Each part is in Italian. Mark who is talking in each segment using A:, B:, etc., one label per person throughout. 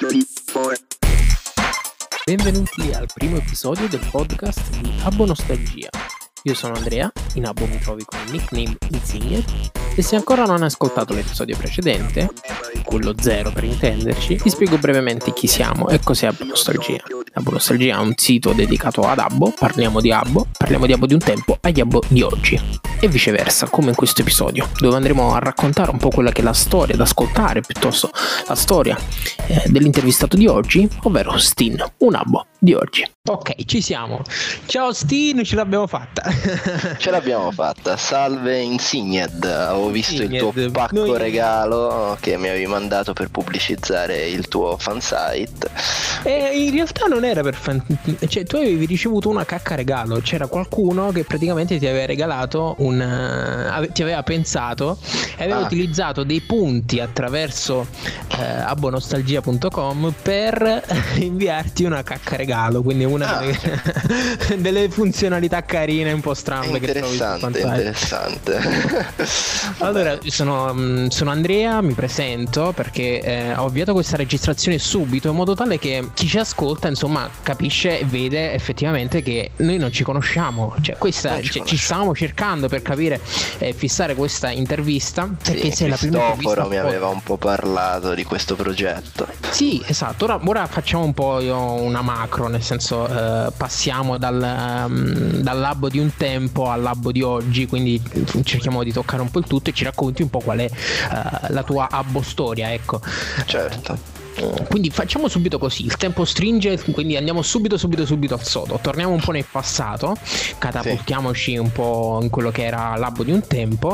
A: Benvenuti al primo episodio del podcast di Abbo Nostalgia. Io sono Andrea, in Abbo mi trovi con il nickname Insigne, e se ancora non hai ascoltato l'episodio precedente, quello 0 per intenderci, ti spiego brevemente chi siamo e cos'è Abbo Nostalgia. Abbo Nostalgia è un sito dedicato ad Abbo, parliamo di Abbo di un tempo agli Abbo di oggi, e viceversa, come in questo episodio, dove andremo a raccontare un po' quella che è la storia, ad ascoltare piuttosto la storia dell'intervistato di oggi, ovvero Stin, un Abbo di oggi. Ok, ci siamo. Ciao Stin, ce l'abbiamo fatta.
B: Ce l'abbiamo fatta. Salve Insigned. Avevo visto il tuo pacco regalo che mi avevi mandato per pubblicizzare il tuo fansite.
A: E in realtà non era per cioè tu avevi ricevuto una cacca regalo. C'era qualcuno che praticamente ti aveva regalato ti aveva pensato e aveva utilizzato dei punti attraverso abbonostalgia.com per inviarti una cacca regalo. Quindi una delle funzionalità carine, un po' strambe.
B: Interessante.
A: Allora, sono Andrea, mi presento perché ho avviato questa registrazione subito in modo tale che chi ci ascolta, insomma, capisce e vede effettivamente che noi non ci conosciamo. Cioè, ci stavamo cercando per capire e fissare questa intervista, perché sei la prima intervista.
B: Mi aveva un po' parlato di questo progetto.
A: Sì, esatto. Ora facciamo un po' una macro, nel senso passiamo dal labbo di un tempo al labbo di oggi, quindi cerchiamo di toccare un po' il tutto e ci racconti un po' qual è la tua abbo storia, ecco.
B: Certo.
A: Quindi facciamo subito così, il tempo stringe, quindi andiamo subito al sodo, torniamo un po' nel passato, catapultiamoci un po' in quello che era l'abbo di un tempo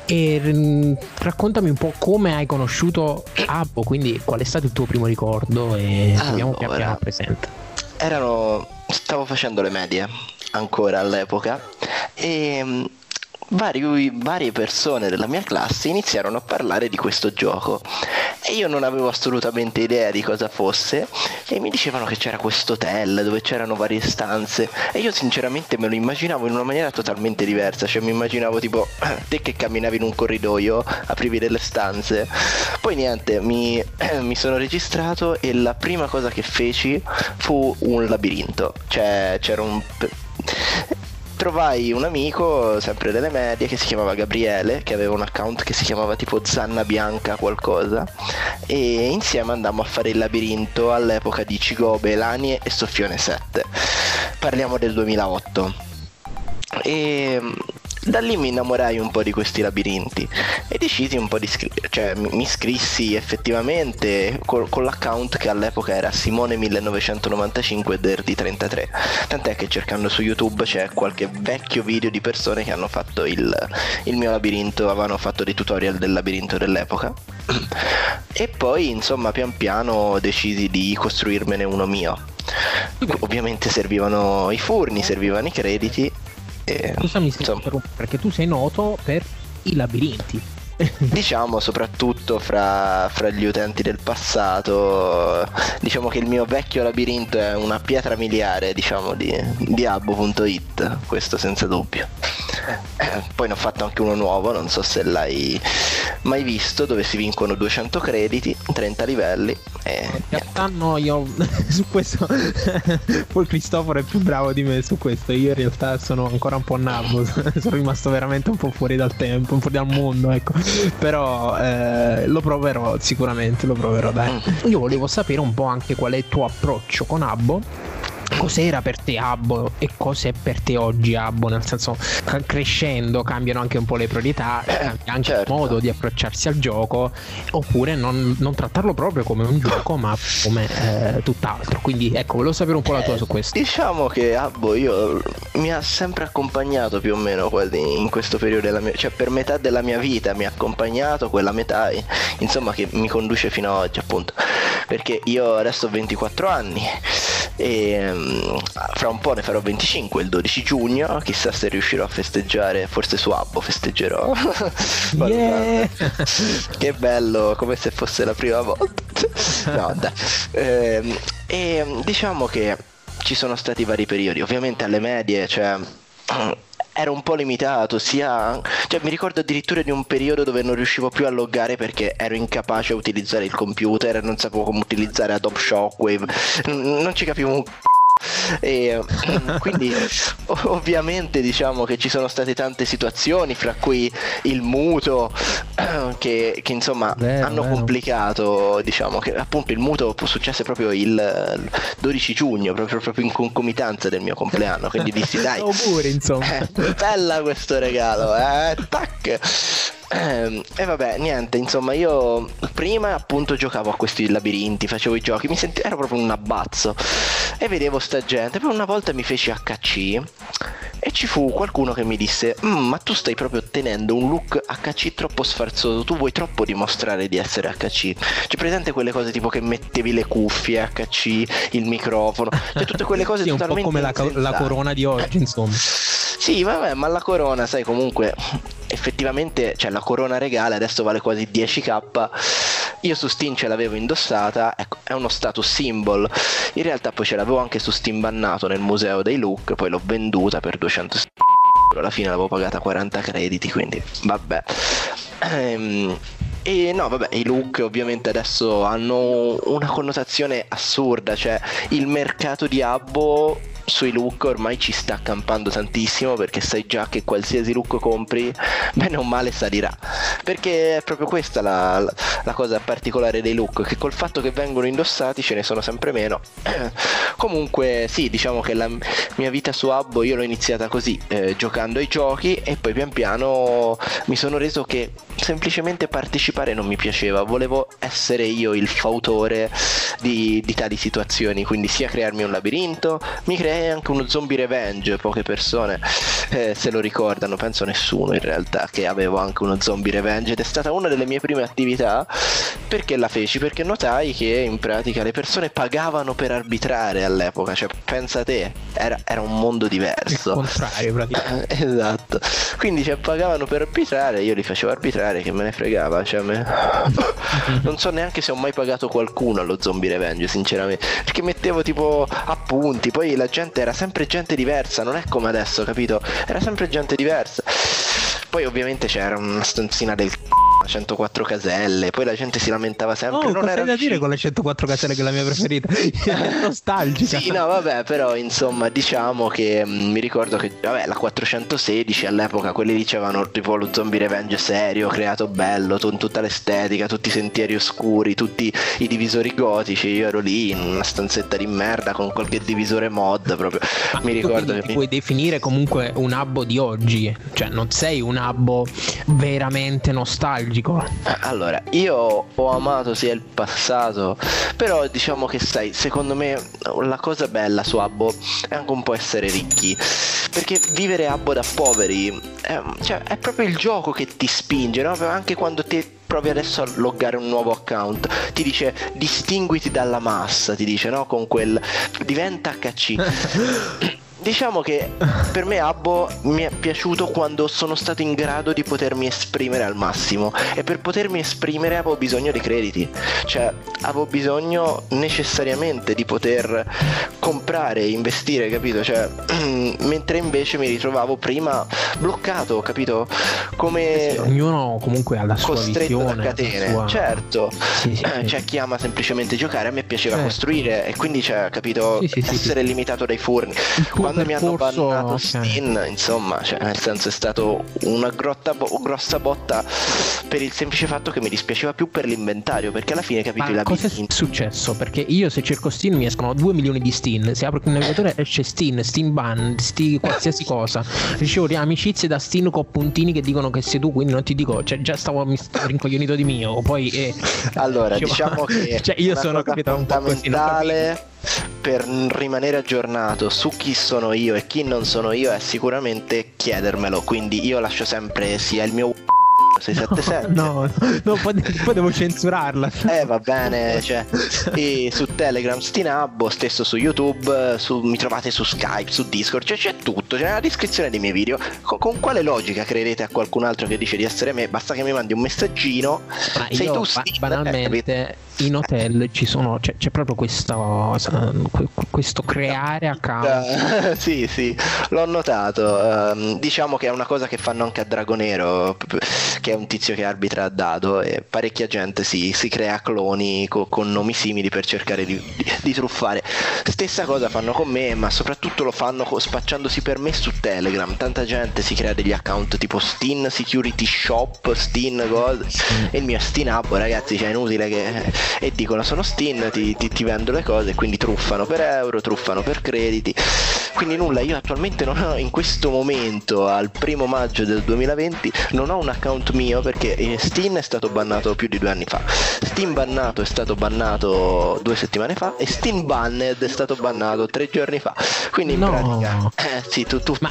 A: e raccontami un po' come hai conosciuto Abbo, quindi qual è stato il tuo primo ricordo e abbiamo pian piano presente.
B: Stavo facendo le medie ancora all'epoca e varie persone della mia classe iniziarono a parlare di questo gioco e io non avevo assolutamente idea di cosa fosse e mi dicevano che c'era questo hotel dove c'erano varie stanze e io sinceramente me lo immaginavo in una maniera totalmente diversa, cioè mi immaginavo tipo te che camminavi in un corridoio, aprivi delle stanze. Poi niente, mi sono registrato e la prima cosa che feci fu un labirinto, cioè trovai un amico sempre delle medie che si chiamava Gabriele, che aveva un account che si chiamava tipo Zanna Bianca qualcosa, e insieme andammo a fare il labirinto all'epoca di Cigobe, Elanie e Soffione 7. Parliamo del 2008 e da lì mi innamorai un po' di questi labirinti e decisi un po' di mi iscrissi effettivamente con l'account che all'epoca era Simone1995 Derdi33, tant'è che cercando su YouTube c'è qualche vecchio video di persone che hanno fatto il mio labirinto, avevano fatto dei tutorial del labirinto dell'epoca e poi insomma pian piano decisi di costruirmene uno mio. Ovviamente servivano i furni, servivano i crediti.
A: Scusami perché tu sei noto per i labirinti.
B: Diciamo soprattutto fra gli utenti del passato, diciamo che il mio vecchio labirinto è una pietra miliare, diciamo, di abbo.it, questo senza dubbio. Poi ne ho fatto anche uno nuovo, non so se l'hai mai visto, dove si vincono 200 crediti, 30 livelli e
A: in realtà no, io su questo poi Cristoforo è più bravo di me su questo. Io in realtà sono ancora un po' nabbo, sono rimasto veramente un po' fuori dal tempo, un po' dal mondo, ecco. Però lo proverò, sicuramente lo proverò, dai. Io volevo sapere un po' anche qual è il tuo approccio con Abbo. Cos'era per te Abbo e cos'è per te oggi Abbo, nel senso, crescendo cambiano anche un po' le priorità, cambia anche il modo di approcciarsi al gioco, oppure non trattarlo proprio come un gioco ma come tutt'altro. Quindi ecco, volevo sapere un po' la tua su questo.
B: Diciamo che Abbo mi ha sempre accompagnato più o meno in questo periodo della mia, cioè per metà della mia vita mi ha accompagnato, quella metà insomma che mi conduce fino ad oggi, appunto, perché io adesso ho 24 anni e fra un po' ne farò 25 il 12 giugno, chissà se riuscirò a festeggiare, forse su Abbo festeggerò.
A: Yeah.
B: Che bello, come se fosse la prima volta. No, dai. E diciamo che ci sono stati vari periodi, ovviamente alle medie, cioè era un po' limitato, sia, cioè mi ricordo addirittura di un periodo dove non riuscivo più a loggare perché ero incapace a utilizzare il computer, non sapevo come utilizzare Adobe Shockwave, non ci capivo un e quindi ovviamente diciamo che ci sono state tante situazioni, fra cui il mutuo che insomma hanno complicato, diciamo che appunto il mutuo successe proprio il 12 giugno, proprio in concomitanza del mio compleanno, quindi dissi dai,
A: auguri, insomma,
B: bella questo regalo, tac. E vabbè, niente, insomma, io prima appunto giocavo a questi labirinti, facevo i giochi, ero proprio un abbazzo e vedevo sta gente. Poi una volta mi feci HC e ci fu qualcuno che mi disse: ma tu stai proprio ottenendo un look HC troppo sfarzoso, tu vuoi troppo dimostrare di essere HC. C'è presente quelle cose tipo che mettevi le cuffie HC, il microfono, cioè tutte quelle cose
A: sì,
B: totalmente
A: un po' come la corona di oggi, insomma.
B: Sì, vabbè, ma la corona, sai, comunque effettivamente, cioè la corona regale adesso vale quasi 10k. Io su Steam ce l'avevo indossata, ecco, è uno status symbol. In realtà poi ce l'avevo anche su Steam bannato nel museo dei look, poi l'ho venduta per 200 euro, alla fine l'avevo pagata 40 crediti, quindi vabbè. E no, vabbè, i look ovviamente adesso hanno una connotazione assurda, cioè il mercato di Habbo sui look ormai ci sta campando tantissimo, perché sai già che qualsiasi look compri bene o male salirà, perché è proprio questa la cosa particolare dei look, che col fatto che vengono indossati ce ne sono sempre meno. Comunque sì, diciamo che la mia vita su Habbo io l'ho iniziata così, giocando ai giochi, e poi pian piano mi sono reso che semplicemente partecipare non mi piaceva, volevo essere io il fautore di tali situazioni, quindi sia crearmi un labirinto, mi creai anche uno zombie revenge, poche persone se lo ricordano, penso nessuno in realtà, che avevo anche uno zombie revenge, ed è stata una delle mie prime attività. Perché la feci? Perché notai che in pratica le persone pagavano per arbitrare all'epoca, cioè pensa a te, era un mondo diverso,
A: il contrario praticamente.
B: Esatto, quindi cioè, pagavano per arbitrare, io li facevo arbitrare, che me ne fregava, cioè non so neanche se ho mai pagato qualcuno allo zombie revenge, sinceramente, perché mettevo tipo appunti, poi la gente era sempre gente diversa, non è come adesso, capito? Era sempre gente diversa. Poi ovviamente c'era una stanzina del 104 caselle, poi la gente si lamentava sempre.
A: Non era da dire con le 104 caselle, che è la mia preferita, è nostalgica.
B: Sì, no, vabbè, però insomma diciamo che mi ricordo che vabbè, la 416 all'epoca quelli dicevano tipo lo zombie revenge serio, creato bello, con tutta l'estetica, tutti i sentieri oscuri, tutti i divisori gotici. Io ero lì in una stanzetta di merda con qualche divisore mod proprio. Mi ricordo che
A: puoi definire comunque un Habbo di oggi, cioè non sei un Habbo veramente nostalgico.
B: Allora, io ho amato sia il passato, però diciamo che sai, secondo me la cosa bella su Habbo è anche un po' essere ricchi, perché vivere Habbo da poveri è proprio il gioco che ti spinge, no? Anche quando ti provi adesso a loggare un nuovo account, ti dice distinguiti dalla massa, ti dice, no? Con quel diventa HC. Diciamo che per me Habbo mi è piaciuto quando sono stato in grado di potermi esprimere al massimo, e per potermi esprimere avevo bisogno di crediti, cioè avevo bisogno necessariamente di poter comprare e investire, capito? Cioè mentre invece mi ritrovavo prima bloccato, capito? Come
A: sì, ognuno comunque ha la sua
B: costretto
A: visione,
B: da catene,
A: sua...
B: certo.
A: Sì,
B: c'è chi ama semplicemente giocare, a me piaceva costruire, e quindi c'è, capito, essere limitato dai forni. Quando mi hanno bannato Steam, insomma, cioè, nel senso, è stato una grossa botta, per il semplice fatto che mi dispiaceva più per l'inventario, perché alla fine, capito,
A: ma cosa è successo? Perché io se cerco Steam mi escono 2 milioni di Steam, se apro il navigatore esce Steam ban, qualsiasi cosa, ricevo amicizie da Steam con puntini che dicono che sei tu, quindi non ti dico, cioè già stavo rincoglionito di mio, poi
B: allora diciamo che
A: cioè io sono capito un po' così,
B: per rimanere aggiornato su chi sono io e chi non sono io è sicuramente chiedermelo, quindi io lascio sempre sia il mio 677.
A: No, poi devo censurarla.
B: Va bene, cioè, e su Telegram Stinabbo, stesso su YouTube, mi trovate su Skype, su Discord, cioè c'è tutto, c'è nella descrizione dei miei video. Con quale logica credete a qualcun altro che dice di essere me? Basta che mi mandi un messaggino.
A: Ma sei tu banalmente in hotel ci sono, c'è proprio questo creare account.
B: Sì, l'ho notato. Diciamo che è una cosa che fanno anche a Dragonero, che è un tizio che arbitra a dado, e parecchia gente si crea cloni con nomi simili per cercare di truffare. Stessa cosa fanno con me, ma soprattutto lo fanno spacciandosi per me su Telegram. Tanta gente si crea degli account tipo Stin Security Shop, Stin God, e il mio è Stinabbo, ragazzi, cioè è inutile che... E dicono sono Stin, ti vendo le cose, quindi truffano per euro, truffano per crediti. Quindi nulla, io attualmente non ho, in questo momento, al 1° maggio del 2020, non ho un account mio perché Steam è stato bannato più di 2 anni fa. Steam bannato è stato bannato 2 settimane fa e Steam Banned è stato bannato 3 giorni fa. Quindi in pratica sì,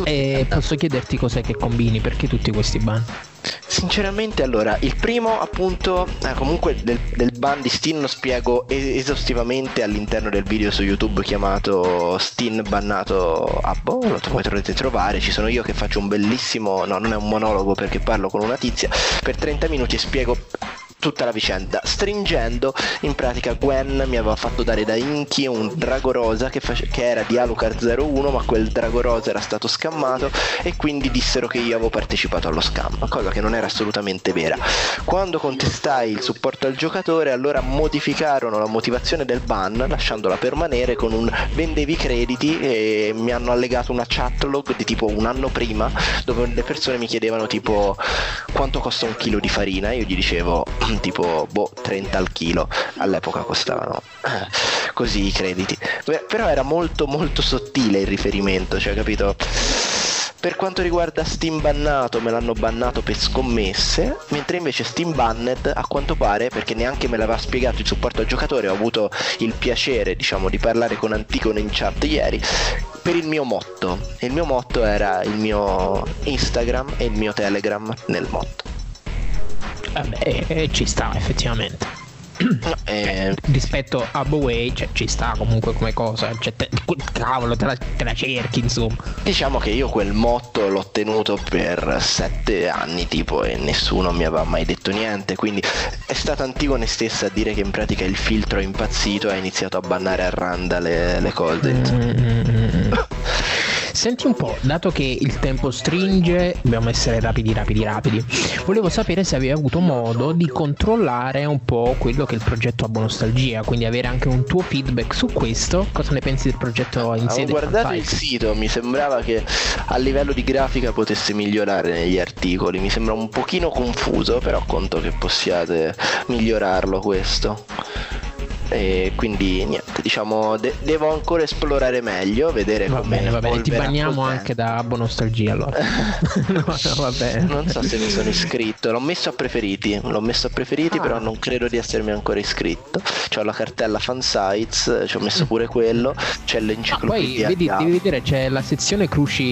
A: posso chiederti cos'è che combini? Perché tutti questi ban?
B: Sinceramente, allora, il primo appunto comunque del ban di Steam lo spiego esaustivamente all'interno del video su YouTube chiamato Steam bannato Abbo, lo potrete trovare. Ci sono io che faccio un bellissimo, no, non è un monologo perché parlo con una tizia per 30 minuti e spiego tutta la vicenda, stringendo. In pratica Gwen mi aveva fatto dare da Inky un drago rosa che era di Alucard 01, ma quel drago rosa era stato scammato e quindi dissero che io avevo partecipato allo scam, cosa che non era assolutamente vera. Quando contestai il supporto al giocatore, allora modificarono la motivazione del ban lasciandola permanere con un vendevi crediti, e mi hanno allegato una chatlog di tipo un anno prima dove le persone mi chiedevano tipo quanto costa un chilo di farina, io gli dicevo tipo 30 al chilo, all'epoca costavano così i crediti, però era molto molto sottile il riferimento, cioè, capito? Per quanto riguarda Steam bannato, me l'hanno bannato per scommesse, mentre invece Steam Banned, a quanto pare, perché neanche me l'aveva spiegato il supporto al giocatore, ho avuto il piacere, diciamo, di parlare con Anticone in chat ieri, per il mio motto. Il mio motto era il mio Instagram e il mio Telegram nel motto.
A: Vabbè, ci sta effettivamente. Rispetto a Boway, cioè, ci sta comunque come cosa, cioè, cavolo, te la cerchi, insomma.
B: Diciamo che io quel motto l'ho tenuto per 7 anni tipo e nessuno mi aveva mai detto niente, quindi è stata Antigone stessa a dire che in pratica il filtro è impazzito e ha iniziato a bannare a randa le cose.
A: Senti un po', dato che il tempo stringe, dobbiamo essere rapidi. Volevo sapere se avevi avuto modo di controllare un po' quello che è il progetto Abbo Nostalgia, quindi avere anche un tuo feedback su questo. Cosa ne pensi del progetto in sede?
B: Ho guardato il sito, mi sembrava che a livello di grafica potesse migliorare negli articoli, mi sembra un pochino confuso, però conto che possiate migliorarlo questo. E quindi niente, diciamo devo ancora esplorare meglio, vedere come
A: va bene, ti banniamo anche da Abbo Nostalgia allora. No, va bene.
B: Non so se mi sono iscritto, l'ho messo a preferiti, però non credo di essermi ancora iscritto. C'ho la cartella fansites, ci ho messo pure quello, c'è l'enciclopedia.
A: Poi devi vedere, c'è la sezione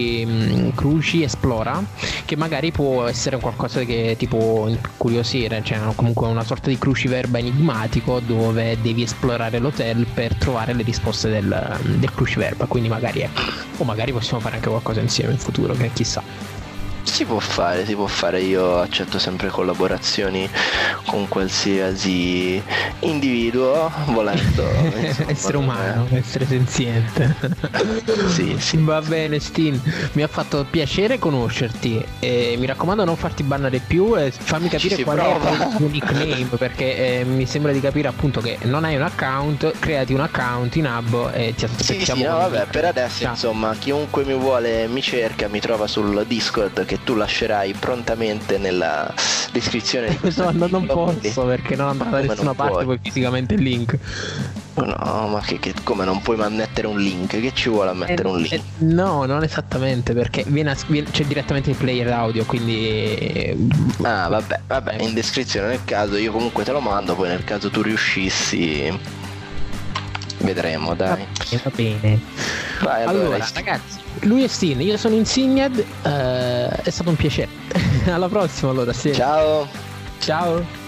A: Cruci Esplora, che magari può essere qualcosa che ti può incuriosire, cioè comunque una sorta di cruciverba enigmatico dove devi esplorare l'hotel per trovare le risposte del cruciverba, quindi magari o magari possiamo fare anche qualcosa insieme in futuro, che chissà.
B: Si può fare, io accetto sempre collaborazioni con qualsiasi individuo, volendo
A: essere umano, essere senziente.
B: Sì.
A: Va bene Stin, mi ha fatto piacere conoscerti e mi raccomando non farti bannare più e fammi capire qual è il tuo nickname, perché mi sembra di capire appunto che non hai un account, creati un account in Abbo e ti aspettiamo.
B: Sì, no, vabbè, per adesso insomma chiunque mi vuole mi cerca, mi trova sul Discord che tu lascerai prontamente nella descrizione di questo.
A: No, non posso perché non andrà da nessuna parte poi fisicamente il link.
B: No, ma che come non puoi mettere un link? Che ci vuole a mettere un link?
A: No, non esattamente, perché c'è direttamente il player audio, quindi
B: vabbè, in descrizione nel caso, io comunque te lo mando, poi nel caso tu riuscissi vedremo, dai.
A: Va bene.
B: Vai, allora
A: ragazzi, lui è Stin, io sono Insigned, è stato un piacere. Alla prossima allora, sì.
B: Ciao.
A: Ciao.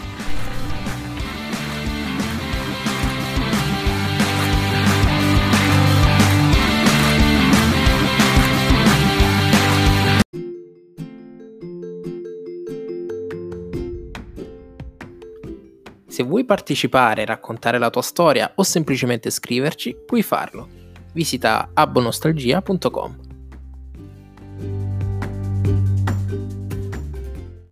A: Se vuoi partecipare, raccontare la tua storia o semplicemente scriverci, puoi farlo. Visita abbonostalgia.com.